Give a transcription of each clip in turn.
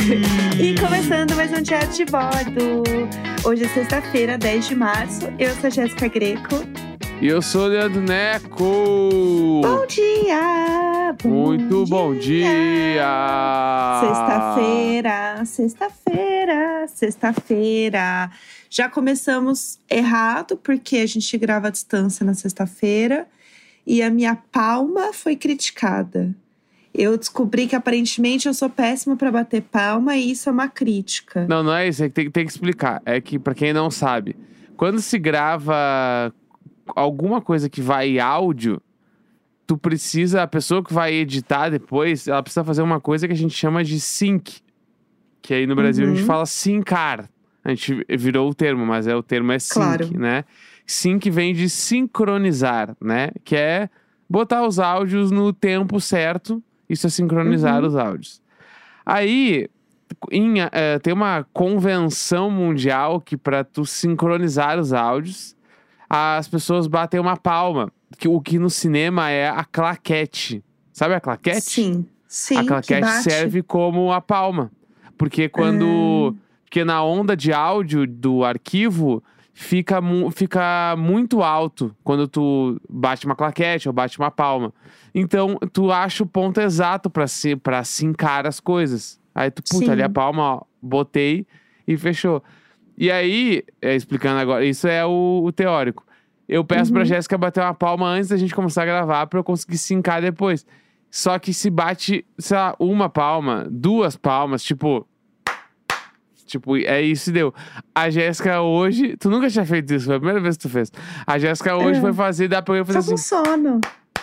E começando mais um Diário de Bordo. Hoje é sexta-feira, 10 de março. Eu sou a Jéssica Greco. E eu sou o Leandro Neco. Bom dia! Muito bom dia! Sexta-feira. Já começamos errado, porque a gente grava à distância na sexta-feira. E a minha palma foi criticada. Eu descobri que aparentemente eu sou péssima pra bater palma e isso é uma crítica. Não é isso, é que tem que explicar. É que, pra quem não sabe, quando se grava alguma coisa que vai áudio, a pessoa que vai editar depois, ela precisa fazer uma coisa que a gente chama de sync. Que aí no Brasil a gente fala sincar. A gente virou o termo, mas o termo é sync, Claro. né? Sync vem de sincronizar, né? Que é botar os áudios no tempo certo. Isso é sincronizar os áudios. Aí, tem uma convenção mundial que pra tu sincronizar os áudios, as pessoas batem uma palma. O que no cinema é a claquete. Sabe a claquete? Sim. A claquete que bate. serve como a palma. Porque Porque na onda de áudio do arquivo fica muito alto quando tu bate uma claquete ou bate uma palma. Então, tu acha o ponto exato pra sincar as coisas. Aí tu, ali a palma, ó, botei e fechou. E aí, explicando agora, isso é o teórico. Eu peço pra Jéssica bater uma palma antes da gente começar a gravar pra eu conseguir sincar depois. Só que se bate, sei lá, uma palma, duas palmas, tipo, é isso e deu. A Jéssica hoje... Tu nunca tinha feito isso, foi a primeira vez que tu fez. A Jéssica hoje foi fazer, dá pra eu fazer Tô assim... com sono.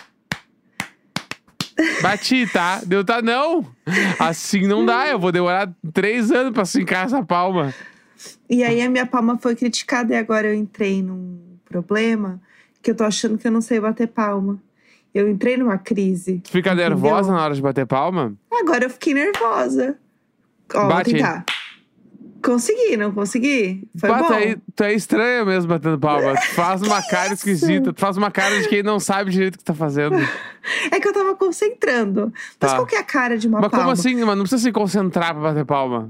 Bati, tá? Deu, tá? Não! Assim não dá, eu vou demorar 3 anos pra sincar essa palma. E aí a minha palma foi criticada e agora eu entrei num problema que eu tô achando que eu não sei bater palma. Eu entrei numa crise. Tu fica entendeu? nervosa na hora de bater palma? Agora eu fiquei nervosa. Ó, Bate vou tentar. Consegui, não consegui? Foi bom. Tu é estranha mesmo batendo palma. Tu faz uma cara esquisita. Tu faz uma cara de quem não sabe direito o que tá fazendo. É que eu tava concentrando. Mas Tá. qual que é a cara de uma Mas palma? como assim? Mas não precisa se concentrar pra bater palma.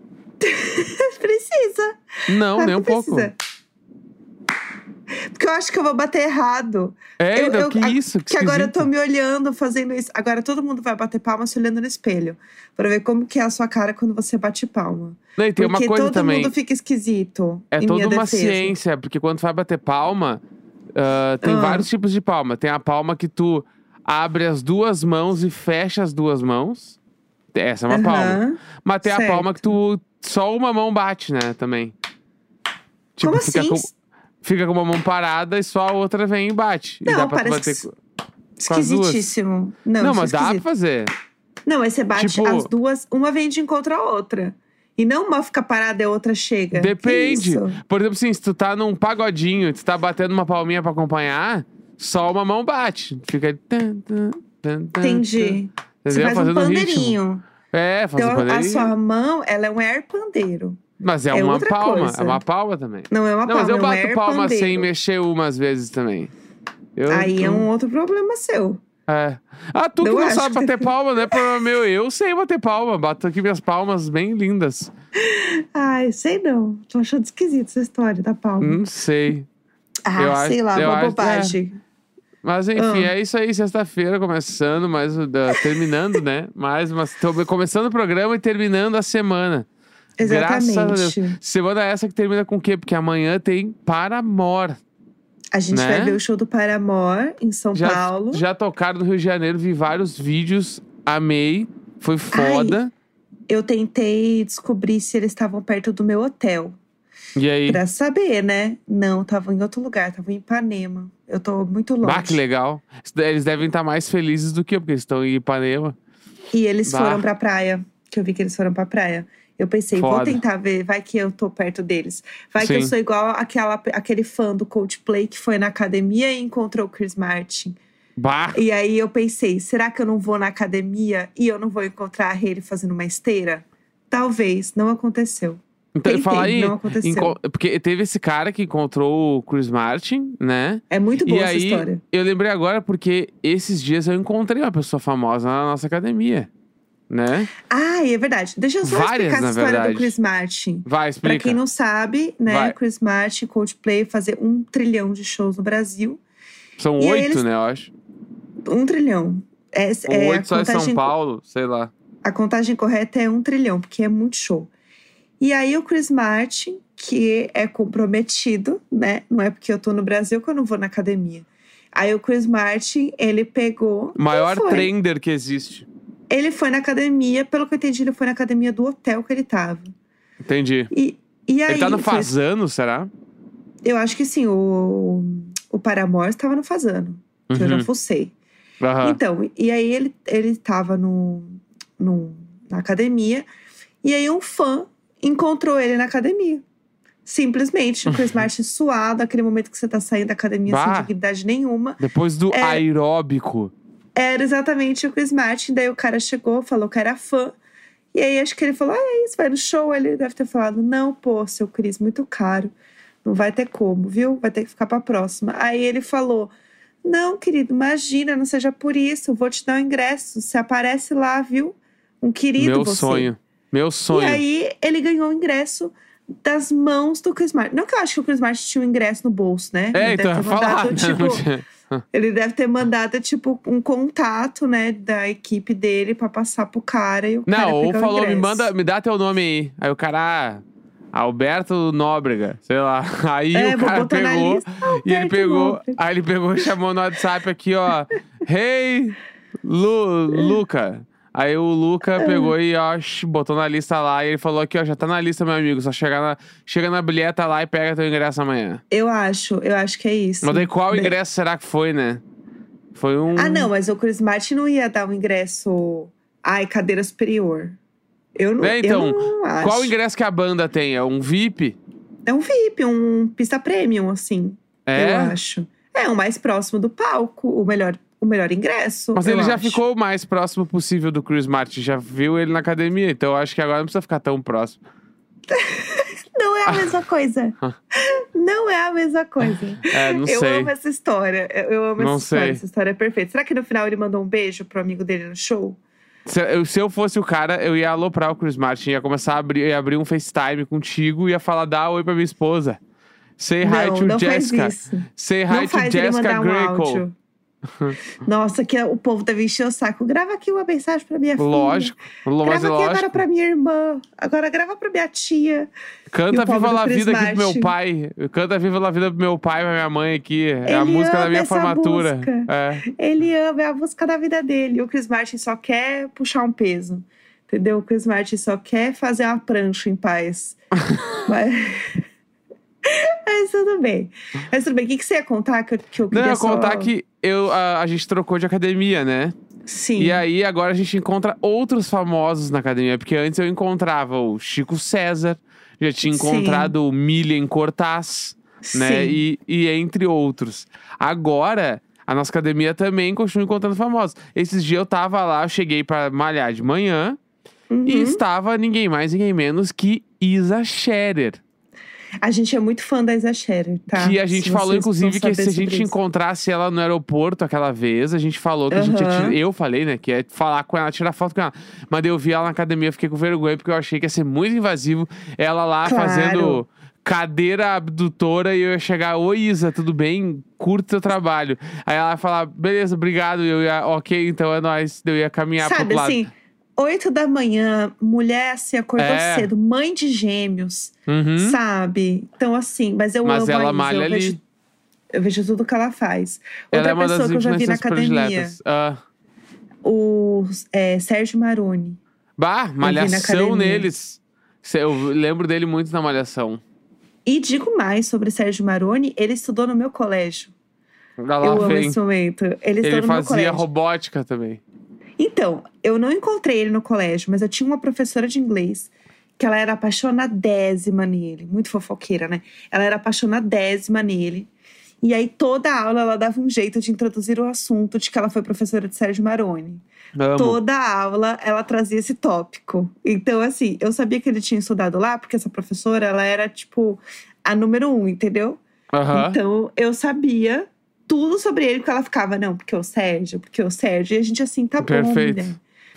Precisa. Não, Claro nem um que pouco. precisa. Porque eu acho que eu vou bater errado. Que isso? Que agora eu tô me olhando fazendo isso. Agora todo mundo vai bater palma se olhando no espelho. Pra ver como que é a sua cara quando você bate palma. Não, e tem uma Porque coisa todo também. mundo fica esquisito. É em toda minha uma defesa. ciência, porque quando tu vai bater palma, tem vários tipos de palma. Tem a palma que tu abre as duas mãos e fecha as duas mãos. Essa é uma palma. Mas tem a palma que tu só uma mão bate, né, também. Tipo, Como assim? Fica com uma mão parada e só a outra vem e bate. Não, e dá pra tu parece bater esquisitíssimo. Não, isso mas é dá pra esquisito. fazer. Não, aí você bate Tipo- as duas, uma vem de encontro à outra. E não uma fica parada e a outra chega. Depende. Que isso? Por exemplo, assim, se tu tá num pagodinho, tu tá batendo uma palminha pra acompanhar, só uma mão bate. Fica... Entendi. Você Entendeu? faz um Fazendo ritmo. pandeirinho. Faz um Então, a pandeirinho. sua mão, ela é um air pandeiro. Mas é é uma outra palma. coisa. É uma palma também. Não é uma Não, palma, mas eu é um bato air palma pandeiro. sem mexer umas vezes também. Aí é um outro problema seu. Ah, tu que Eu não acho sabe que- bater palma, né? Problema meu. Eu sei bater palma. Bato aqui minhas palmas bem lindas. Ai, sei não. Tô achando esquisito essa história da palma. Não sei. Ah, eu sei acho- lá, eu uma acho- bobagem. Mas enfim, é isso aí. Sexta-feira começando, terminando, né? Começando o programa e terminando a semana. Exatamente. Graças a Deus. Semana essa que termina com o quê? Porque amanhã tem Paramore. A gente né? vai ver o show do Paramore em São Paulo. Já tocaram no Rio de Janeiro, vi vários vídeos, amei, foi foda. Eu tentei descobrir se eles estavam perto do meu hotel. E aí? Pra saber, né? Não, estavam em outro lugar, estavam em Ipanema. Eu tô muito longe. Ah, que legal. Eles devem estar mais felizes do que eu, porque eles estão em Ipanema. E eles Bah. foram pra praia. Que eu vi que eles foram pra praia. Eu pensei, vou Foda. tentar ver, vai que eu tô perto deles. Vai que eu Sim. sou igual aquele fã do Coldplay que foi na academia e encontrou o Chris Martin. Bah! E aí eu pensei, será que eu não vou na academia e eu não vou encontrar ele fazendo uma esteira? Talvez, não aconteceu. Então, Tentei, falar aí, não aconteceu. porque teve esse cara que encontrou o Chris Martin, né? É muito boa E essa aí, história. eu lembrei agora porque esses dias eu encontrei uma pessoa famosa na nossa academia. né? Ah, é verdade. Deixa eu só Várias, explicar na essa história verdade. do Chris Martin. Vai, explica. Pra quem não sabe, né? Vai. Chris Martin e Coldplay fazer 1 trilhão de shows no Brasil. São E aí 8, eles- né, eu acho. 1 trilhão. Ou A 8 só em São contagem, Paulo, sei lá. a contagem correta é 1 trilhão, porque é muito show. E aí o Chris Martin, que é comprometido, né? Não é porque eu tô no Brasil que eu não vou na academia. Aí o Chris Martin, ele pegou... O maior e foi. trender que existe. Ele foi na academia, pelo que eu entendi, ele foi na academia do hotel que ele tava. Entendi. E aí, Ele tá no o Chris- Fazano, será? Eu acho que sim, o Paramore estava no Fazano, que eu já Uhum. fucei. Aham. Então, e aí ele tava na academia, e aí um fã encontrou ele na academia. Simplesmente, o Chris Martin suado, aquele momento que você tá saindo da academia Bah. sem dignidade nenhuma. Depois do aeróbico. Era exatamente o Chris Martin, daí o cara chegou, falou que era fã. E aí acho que ele falou, é isso, vai no show. Ele deve ter falado, não, pô, seu Chris, muito caro. Não vai ter como, viu? Vai ter que ficar pra próxima. Aí ele falou, não, querido, imagina, não seja por isso. Vou te dar um ingresso, você aparece lá, viu? Um querido Meu você. sonho. Meu sonho. E aí ele ganhou o ingresso das mãos do Chris Martin. Não que eu acho que o Chris Martin tinha um ingresso no bolso, né? É, Ele então deve eu ia ter falar. mandado, né? tipo, Não tinha- ele deve ter mandado, tipo, um contato, né, da equipe dele pra passar pro cara e o cara Não, ou pegar o falou, ingresso. me dá teu nome aí. Aí o cara, Alberto Nóbrega, sei lá. Aí o Vou cara botar na pegou lista. e ele Alberto pegou. Nóbrega. Aí ele pegou e chamou no WhatsApp aqui, ó. Hey, Luca. Aí o Luca pegou e, ó, botou na lista lá. E ele falou aqui, ó, já tá na lista, meu amigo. Só chega na bilheta lá e pega teu ingresso amanhã. Eu acho que é isso. Mas daí qual Bem- ingresso será que foi, né? Foi um... Ah, não, mas o Chris Martin não ia dar um ingresso... Ai, cadeira superior. Eu não, Então, eu não acho. qual ingresso que a banda tem? É um VIP? É um VIP, um pista premium, assim. É? Eu acho. É o mais próximo do palco, o melhor ingresso. Mas eu ele já acho. ficou o mais próximo possível do Chris Martin. Já viu ele na academia. Então eu acho que agora não precisa ficar tão próximo. Não é a mesma coisa. Não é a mesma coisa. É, não Eu sei. amo essa história. Eu amo Não essa história. sei. Essa história é perfeita. Será que no final ele mandou um beijo pro amigo dele no show? Se eu fosse o cara, eu ia aloprar o Chris Martin. Ia começar a abrir um FaceTime contigo. Ia falar, dá oi pra minha esposa. Say hi to não Jessica. faz isso. Say Não hi to faz ele Jessica mandar um Greco. áudio. Nossa, que o povo deve encher o saco. Grava aqui uma mensagem pra minha Lógico. filha. Mas Grava aqui agora lógico. pra minha irmã. Agora grava pra minha tia. E Canta o pobre Viva do La Chris Vida aqui pro meu Martin. pai. Canta Viva La Vida pro meu pai e pra minha mãe aqui. É a Ele música da ama minha essa formatura. música. É. Ele ama, é a música da vida dele. O Chris Martin só quer puxar um peso. Entendeu? O Chris Martin só quer fazer uma prancha em paz. Mas tudo bem. Mas tudo bem. O que você ia contar que eu queria Não, só... contar que a gente trocou de academia, né? Sim. E aí, agora a gente encontra outros famosos na academia. Porque antes eu encontrava o Chico César, já tinha Sim. encontrado o Milian Cortaz, né? Sim. E entre outros. Agora, a nossa academia também continua encontrando famosos. Esses dias eu tava lá, eu cheguei pra malhar de manhã. E estava ninguém mais, ninguém menos que Isa Scherer. A gente é muito fã da Isa Scherer, tá? Que a gente Se falou, vocês inclusive, vão que saber se a sobre gente isso. encontrasse ela no aeroporto aquela vez, a gente falou que a gente ia Aham. eu falei, né? Que ia falar com ela, tirar foto com ela. Mas daí eu vi ela na academia, eu fiquei com vergonha, porque eu achei que ia ser muito invasivo. Ela lá Claro. fazendo cadeira abdutora e eu ia chegar, oi Isa, tudo bem? Curto teu trabalho. Aí ela ia falar, beleza, obrigado. E eu ia, ok, então é nóis. Eu ia caminhar pro Sabe, outro lado. assim, 8 da manhã, mulher assim, acordou É. cedo, mãe de gêmeos, Uhum. sabe? Então, assim, mas eu Mas amo ela a Isa, malha ali. eu vejo tudo que ela faz. Ela Outra é uma pessoa das que eu já vi na influências academia, prediletas. Ah. o Sérgio Maroni. Bah, na malhação academia. neles. Eu lembro dele muito na malhação. E digo mais sobre Sérgio Maroni, ele estudou no meu colégio. Lá Eu amo vem. esse momento. Ele estudou Ele no meu fazia colégio. robótica também. Então, eu não encontrei ele no colégio, mas eu tinha uma professora de inglês que ela era apaixonadésima nele. Muito fofoqueira, né? Ela era apaixonadésima nele. E aí, toda aula, ela dava um jeito de introduzir o assunto de que ela foi professora de Sérgio Maroni. Amo. Toda aula, ela trazia esse tópico. Então, assim, eu sabia que ele tinha estudado lá, porque essa professora, ela era, tipo, a número 1, entendeu? Aham. Então, eu sabia tudo sobre ele, porque ela ficava, não, porque o Sérgio. E a gente assim, tá bom, Perfeito. mulher.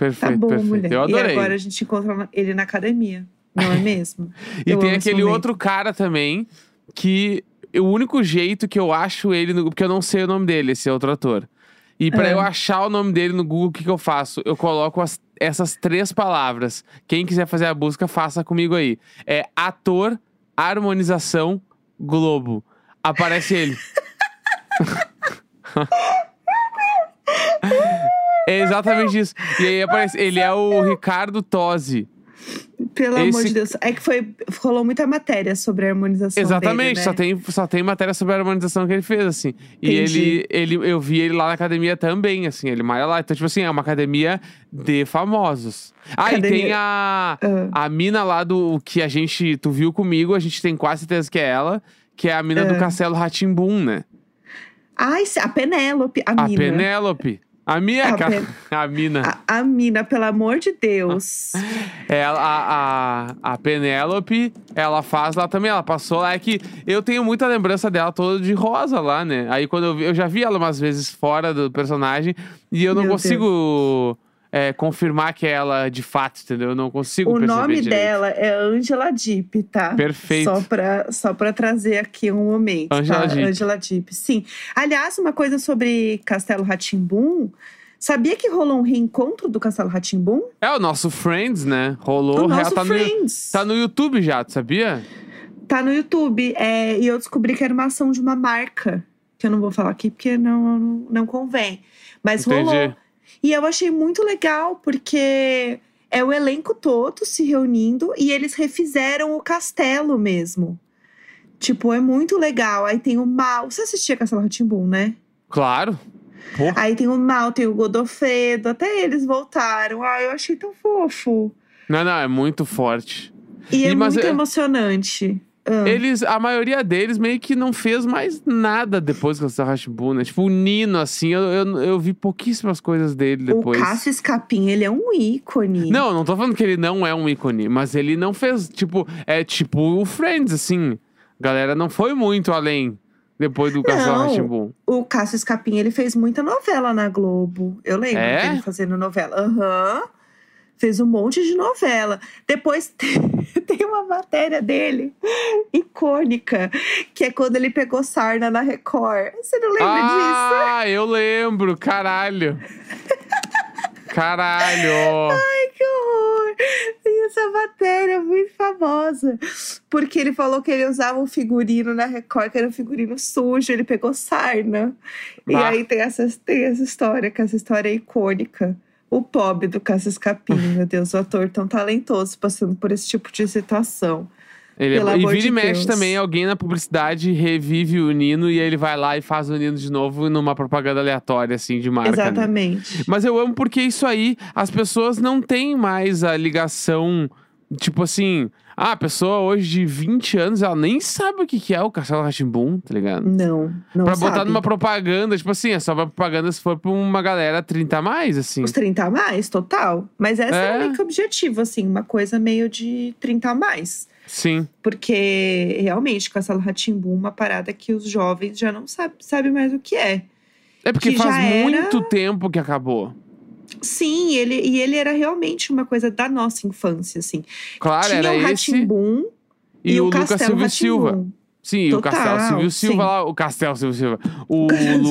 Perfeito, bom, perfeito. mulher. Eu adorei. E agora a gente encontra ele na academia, não é mesmo? E Eu tem amo esse aquele momento. outro cara também, que o único jeito que eu acho ele, porque eu não sei o nome dele, esse outro ator. E pra eu achar o nome dele no Google, o que eu faço? Eu coloco essas 3 palavras. Quem quiser fazer a busca, faça comigo aí. É ator, harmonização, Globo. Aparece ele. É exatamente isso. E aí aparece, ele é o Ricardo Tosi. Pelo amor Esse- de Deus. É que rolou muita matéria sobre a harmonização Exatamente, dele, né? só tem matéria sobre a harmonização que ele fez, assim. E Entendi. eu vi ele lá na academia também, assim, ele malha lá. Então, tipo assim, é uma academia de famosos. Ah, e tem a mina lá do que tu viu comigo, a gente tem quase certeza que é ela, que é a mina do Castelo Rá-Tim-Bum, né? Ai, a Penélope, a A mina. Penélope. A minha, A cara. Pen- A mina. A mina, pelo amor de Deus. A Penélope, ela faz lá também, ela passou lá. É que eu tenho muita lembrança dela toda de rosa lá, né? Aí quando eu já vi ela umas vezes fora do personagem e eu não Meu consigo confirmar que é ela de fato, entendeu? Eu não consigo O perceber nome direito. dela é Angela Dipp, tá? Perfeito. Só pra trazer aqui um momento, Angela tá? Dipp. Angela Dipp, sim. Aliás, uma coisa sobre Castelo Rá-Tim-Bum. Sabia que rolou um reencontro do Castelo Rá-Tim-Bum? É o nosso Friends, né? Rolou. O nosso tá Friends. Tá no YouTube já, tu sabia? Tá no YouTube. E eu descobri que era uma ação de uma marca. Que eu não vou falar aqui porque não convém. Mas Entendi. rolou. E eu achei muito legal, porque é o elenco todo se reunindo e eles refizeram o castelo mesmo. Tipo, é muito legal. Aí tem o Mal. Você assistia Castelo Rá-Tim-Bum, né? Claro. Pô. Aí tem o Mal, tem o Godofredo. Até eles voltaram. Ah, eu achei tão fofo. Não, é muito forte. E é mas muito emocionante. A maioria deles meio que não fez mais nada depois do Castelo Rá-Tim-Bum, né? Tipo, o Nino, assim, eu vi pouquíssimas coisas dele depois. O Cássio Escapim, ele é um ícone. Não tô falando que ele não é um ícone, mas ele não fez, tipo, tipo o Friends, assim. A galera não foi muito além depois do Castelo Rá-Tim-Bum. O Cássio Escapim, ele fez muita novela na Globo. Eu lembro dele fazendo novela. Aham. Fez um monte de novela. Depois tem uma matéria dele, icônica, que é quando ele pegou sarna na Record. Você não lembra disso? Ah, eu lembro, caralho. Caralho. Ai, que horror! Tem essa matéria muito famosa. Porque ele falou que ele usava um figurino na Record, que era um figurino sujo, ele pegou sarna. E aí tem essa história, que essa história é icônica. O pobre do Cássio Escapim, meu Deus, o ator tão talentoso passando por esse tipo de situação. Ele Pelo e amor vira de e mexe Deus. também, alguém na publicidade revive o Nino e aí ele vai lá e faz o Nino de novo numa propaganda aleatória, assim, de marca. Exatamente. Né? Mas eu amo porque isso aí, as pessoas não têm mais a ligação, tipo assim... a pessoa hoje de 20 anos, ela nem sabe o que é o Castelo Rá-Tim-Bum, tá ligado? Não Pra sabe. botar numa propaganda, tipo assim, é só uma propaganda se for pra uma galera 30 a mais, assim. Os 30 a mais, total. Mas essa é meio que o objetivo, assim, uma coisa meio de 30 a mais. Sim. Porque, realmente, Castelo Rá-Tim-Bum é uma parada que os jovens já não sabem mais o que é. É porque Que faz já era- muito tempo que acabou. Sim, ele era realmente uma coisa da nossa infância, assim. Claro, Tinha era o esse Rá-Tim-Bum e o Lucas Castelo Silvio Silva. Rá-Tim-Bum. Sim, Total, o Castelo Silvio Silva sim. lá, o Castelo Silvio Silva. O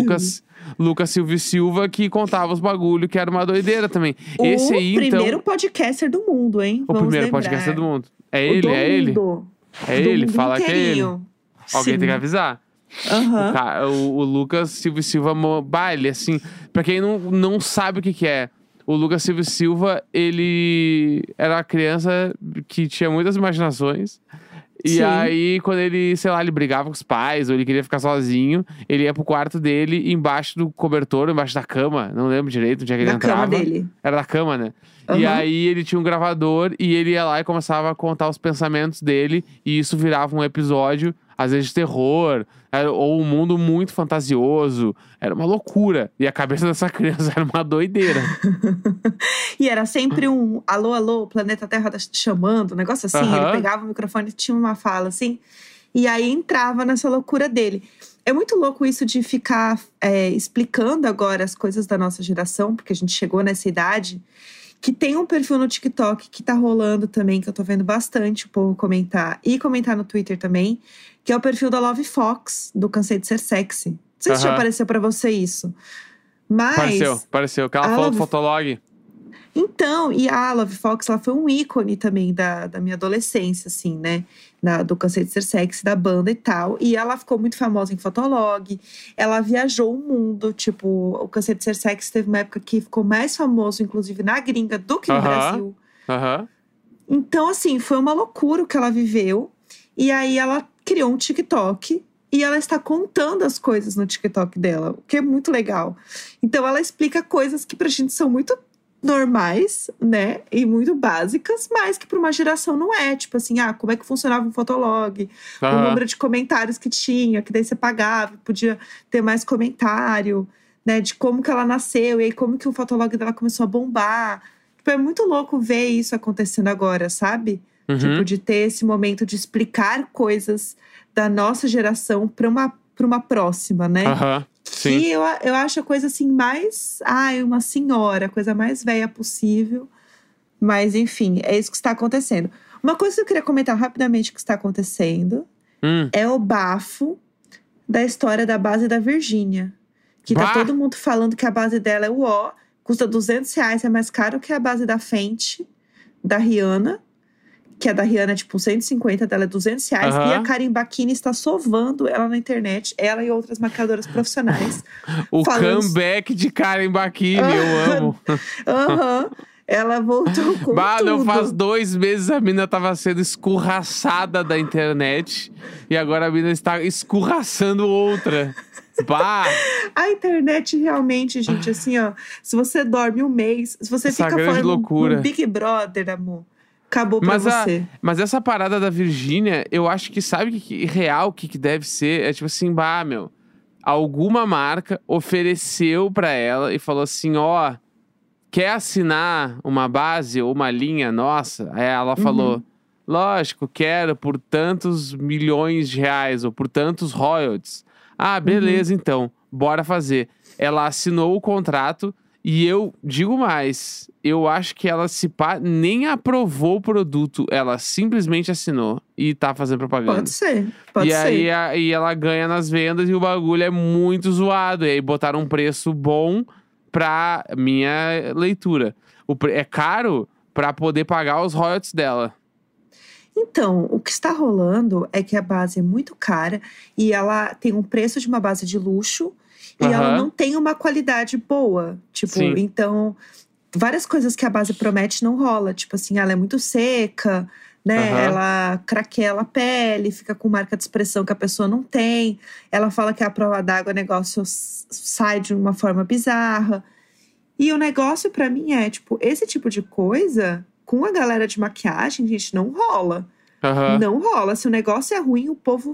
Lucas Silvio Silva que contava os bagulho, que era uma doideira também. Esse aí, O primeiro então, podcaster do mundo, hein? o Vamos primeiro lembrar. podcast do mundo. É O ele, do é ele. mundo. É Do ele, mundo fala que é ele. inteirinho. Alguém Sim. tem que avisar. Aham. O Lucas Silvio Silva, ele assim, pra quem não sabe o que é, o Lucas Silvio Silva, ele era uma criança que tinha muitas imaginações. E Sim. aí, quando ele, sei lá, ele brigava com os pais, ou ele queria ficar sozinho, ele ia pro quarto dele, embaixo do cobertor, embaixo da cama, não lembro direito onde é que ele Da entrava. cama dele. Era da cama, né? E Aham. aí ele tinha um gravador e ele ia lá e começava a contar os pensamentos dele, e isso virava um episódio, às vezes de terror, ou um mundo muito fantasioso. Era uma loucura. E a cabeça dessa criança era uma doideira. E era sempre um alô, alô, planeta Terra tá te chamando, um negócio assim. Aham. Ele pegava o microfone e tinha uma fala assim. E aí entrava nessa loucura dele. É muito louco isso de ficar explicando agora as coisas da nossa geração, porque a gente chegou nessa idade. Que tem um perfil no TikTok que tá rolando também, que eu tô vendo bastante o povo comentar. E comentar no Twitter também. Que é o perfil da Love Fox, do Cansei de Ser Sexy. Não sei se já apareceu pra você isso. Mas... Apareceu. Que ela falou do Fotolog. Então, e a Love Fox, ela foi um ícone também da minha adolescência, assim, né? Do Cansei de Ser Sexy, da banda e tal. E ela ficou muito famosa em Fotolog. Ela viajou o mundo, tipo... O Cansei de Ser Sexy teve uma época que ficou mais famoso, inclusive, na gringa do que no Brasil. Então, assim, foi uma loucura o que ela viveu. E aí, ela criou um TikTok... E ela está contando as coisas no TikTok dela, o que é muito legal. Então, ela explica coisas que pra gente são muito normais, né? E muito básicas, mas que pra uma geração não é. Tipo assim, como é que funcionava um Fotolog? O número de comentários que tinha, que daí você pagava, podia ter mais comentário, né? De como que ela nasceu e aí como que o Fotolog dela começou a bombar. Tipo, é muito louco ver isso acontecendo agora, sabe? Tipo, de ter esse momento de explicar coisas da nossa geração pra uma próxima, né? Sim. Que eu acho a coisa assim mais... uma senhora, a coisa mais velha possível. Mas, enfim, é isso que está acontecendo. Uma coisa que eu queria comentar rapidamente que está acontecendo é o bafo da história da base da Virgínia. Que tá todo mundo falando que a base dela é custa R$200, é mais caro que a base da Fenty, da Rihanna. Que a da Rihanna é tipo 150, dela é R$200. E a Karen Bakini está sovando ela na internet. Ela e outras maquiadoras profissionais. O comeback de Karen Bakini, eu amo. Ela voltou com tudo. Faz 2 meses a mina tava sendo escorraçada da internet. E agora a mina está escorraçando outra. A internet realmente, gente, assim, ó. Se você dorme um mês, se você fica fora do Big Brother, amor... Acabou pra você. Mas essa parada da Virgínia, eu acho que sabe o que deve ser? É tipo assim, alguma marca ofereceu pra ela e falou assim, quer assinar uma base ou uma linha nossa? Aí ela falou, lógico, quero por tantos milhões de reais ou por tantos royalties. Beleza, então, bora fazer. Ela assinou o contrato. E eu digo mais, eu acho que ela nem aprovou o produto, ela simplesmente assinou e tá fazendo propaganda. Pode ser. E aí ela ganha nas vendas e o bagulho é muito zoado. E aí botaram um preço bom pra minha leitura. É caro pra poder pagar os royalties dela. Então, o que está rolando é que a base é muito cara e ela tem um preço de uma base de luxo. E ela não tem uma qualidade boa. Tipo, então... Várias coisas que a base promete não rola. Tipo assim, ela é muito seca, né? Ela craquela a pele, fica com marca de expressão que a pessoa não tem. Ela fala que a prova d'água, o negócio sai de uma forma bizarra. E o negócio pra mim é, tipo, esse tipo de coisa... Com a galera de maquiagem, gente, não rola. Não rola. Se o negócio é ruim, o povo...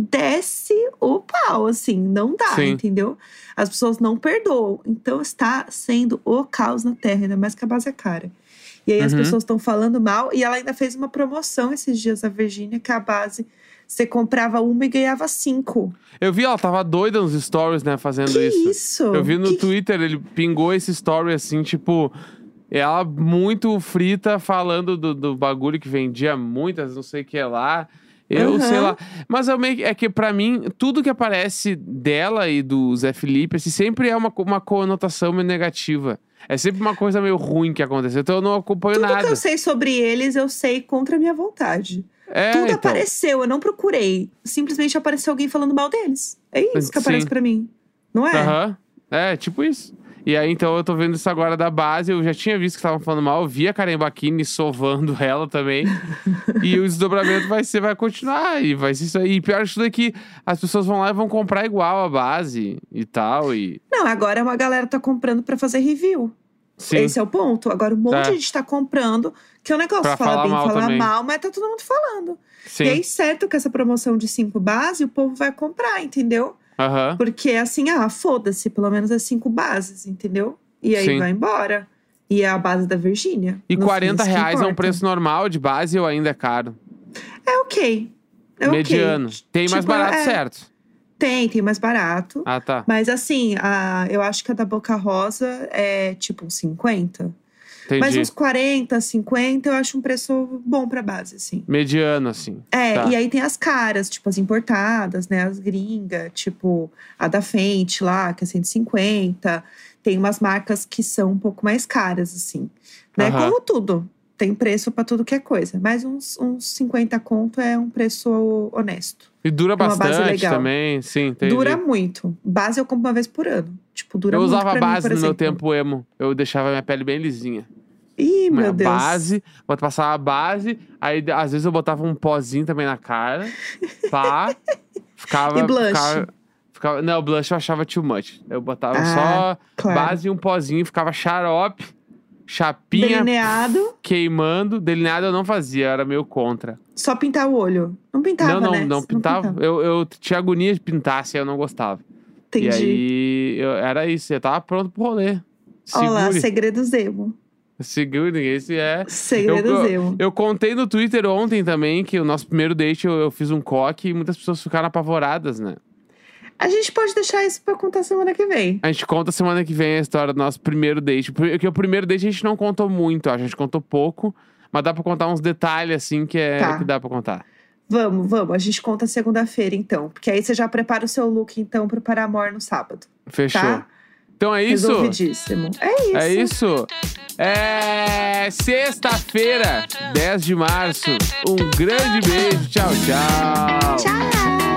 desce o pau, assim, não dá, entendeu? As pessoas não perdoam. Então está sendo o caos na Terra, ainda mais que a base é cara. E aí as pessoas estão falando mal. E ela ainda fez uma promoção esses dias, a Virgínia, que a base, você comprava uma e ganhava 5. Eu vi, ela tava doida nos stories, né, fazendo isso. Eu vi no Twitter, ele pingou esse story, assim, tipo... Ela muito frita, falando do bagulho que vendia muitas, não sei o que lá... Eu sei lá. Mas é que pra mim, tudo que aparece dela e do Zé Felipe, assim, sempre é uma conotação meio negativa. É sempre uma coisa meio ruim que aconteceu. Então eu não acompanho nada. Tudo que eu sei sobre eles, eu sei contra a minha vontade. Tudo apareceu, eu não procurei. Simplesmente apareceu alguém falando mal deles. É isso que aparece pra mim. Não é? É, tipo isso. E aí, então, eu tô vendo isso agora da base. Eu já tinha visto que estavam falando mal. Eu vi a Karen Bakini sovando ela também. E o desdobramento vai continuar. E vai ser isso aí. E pior de tudo é que as pessoas vão lá e vão comprar igual a base e tal. Não, agora uma galera tá comprando pra fazer review. Sim. Esse é o ponto. Agora um monte de gente tá comprando. Que o negócio pra fala bem, fala também. mal. Mas tá todo mundo falando. Sim. E aí, certo que essa promoção de 5 bases, o povo vai comprar, entendeu? Porque assim, foda-se, pelo menos é 5 bases, entendeu? E aí vai embora. E é a base da Virgínia. E R$40 é um preço normal de base ou ainda é caro? É ok. Mediano. Tem mais barato, certo? Tem mais barato. Tá. Mas assim, eu acho que a da Boca Rosa é tipo uns 50. Mas Entendi. uns 40, 50 eu acho um preço bom pra base, assim. Mediano, assim. Tá. E aí tem as caras, tipo as importadas, né? As gringas, tipo a da Fenty lá, que é 150. Tem umas marcas que são um pouco mais caras, assim. Né? Aham. Como tudo. Tem preço pra tudo que é coisa. Mas uns 50 conto é um preço honesto. E dura Uma base bastante legal. também, sim, entendi. Dura muito. Base eu compro uma vez por ano. Tipo, dura Eu muito usava pra base mim, por no meu exemplo. tempo emo. Eu deixava minha pele bem lisinha. Ih, Uma meu Deus. base, passava a base, aí às vezes eu botava um pozinho também na cara. Pá. E blush? Não, blush eu achava too much. Eu botava Ah, só claro. base e um pozinho, ficava xarope, chapinha Delineado, queimando. Delineado eu não fazia, eu era meio contra. só pintar o olho. Não pintava, não, né? não Você pintava. Eu tinha agonia de pintar, assim, eu não gostava. E Entendi. aí, era isso, eu tava pronto pro rolê. Olha lá, Segure. segredos emo. Segure, esse é. Segredos emo. Eu contei no Twitter ontem também que o nosso primeiro date eu fiz um coque e muitas pessoas ficaram apavoradas, né? A gente pode deixar isso pra contar semana que vem. A gente conta semana que vem a história do nosso primeiro date. Porque o primeiro date a gente não contou muito, a gente contou pouco, mas dá pra contar uns detalhes assim Tá. que dá pra contar. Vamos. A gente conta segunda-feira, então. Porque aí você já prepara o seu look, então, pro Paramore no sábado. Fechou. Tá? Então é isso? Resolvidíssimo. É isso. É isso? É sexta-feira, 10 de março. Um grande beijo. Tchau, tchau. Tchau.